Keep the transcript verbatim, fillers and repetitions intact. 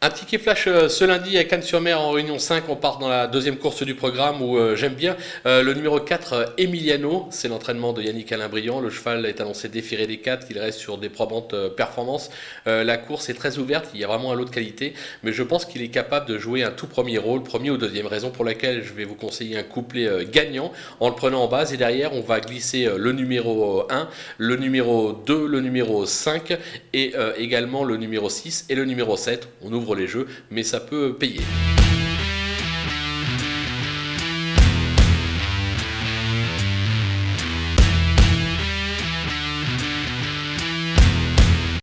Un ticket flash euh, ce lundi à Cannes-sur-Mer en Réunion cinq. On part dans la deuxième course du programme où euh, j'aime bien euh, le numéro quatre, euh, Emiliano. C'est l'entraînement de Yannick Alain Briand. Le cheval est annoncé déféré des quatre. Il reste sur des probantes euh, performances. Euh, la course est très ouverte. Il y a vraiment un lot de qualité. Mais je pense qu'il est capable de jouer un tout premier rôle, premier ou deuxième. Raison pour laquelle je vais vous conseiller un couplet euh, gagnant en le prenant en base. Et derrière, on va glisser euh, le numéro un, le numéro deux, le numéro cinq et euh, également le numéro six et le numéro sept. On ouvre les jeux, mais ça peut payer.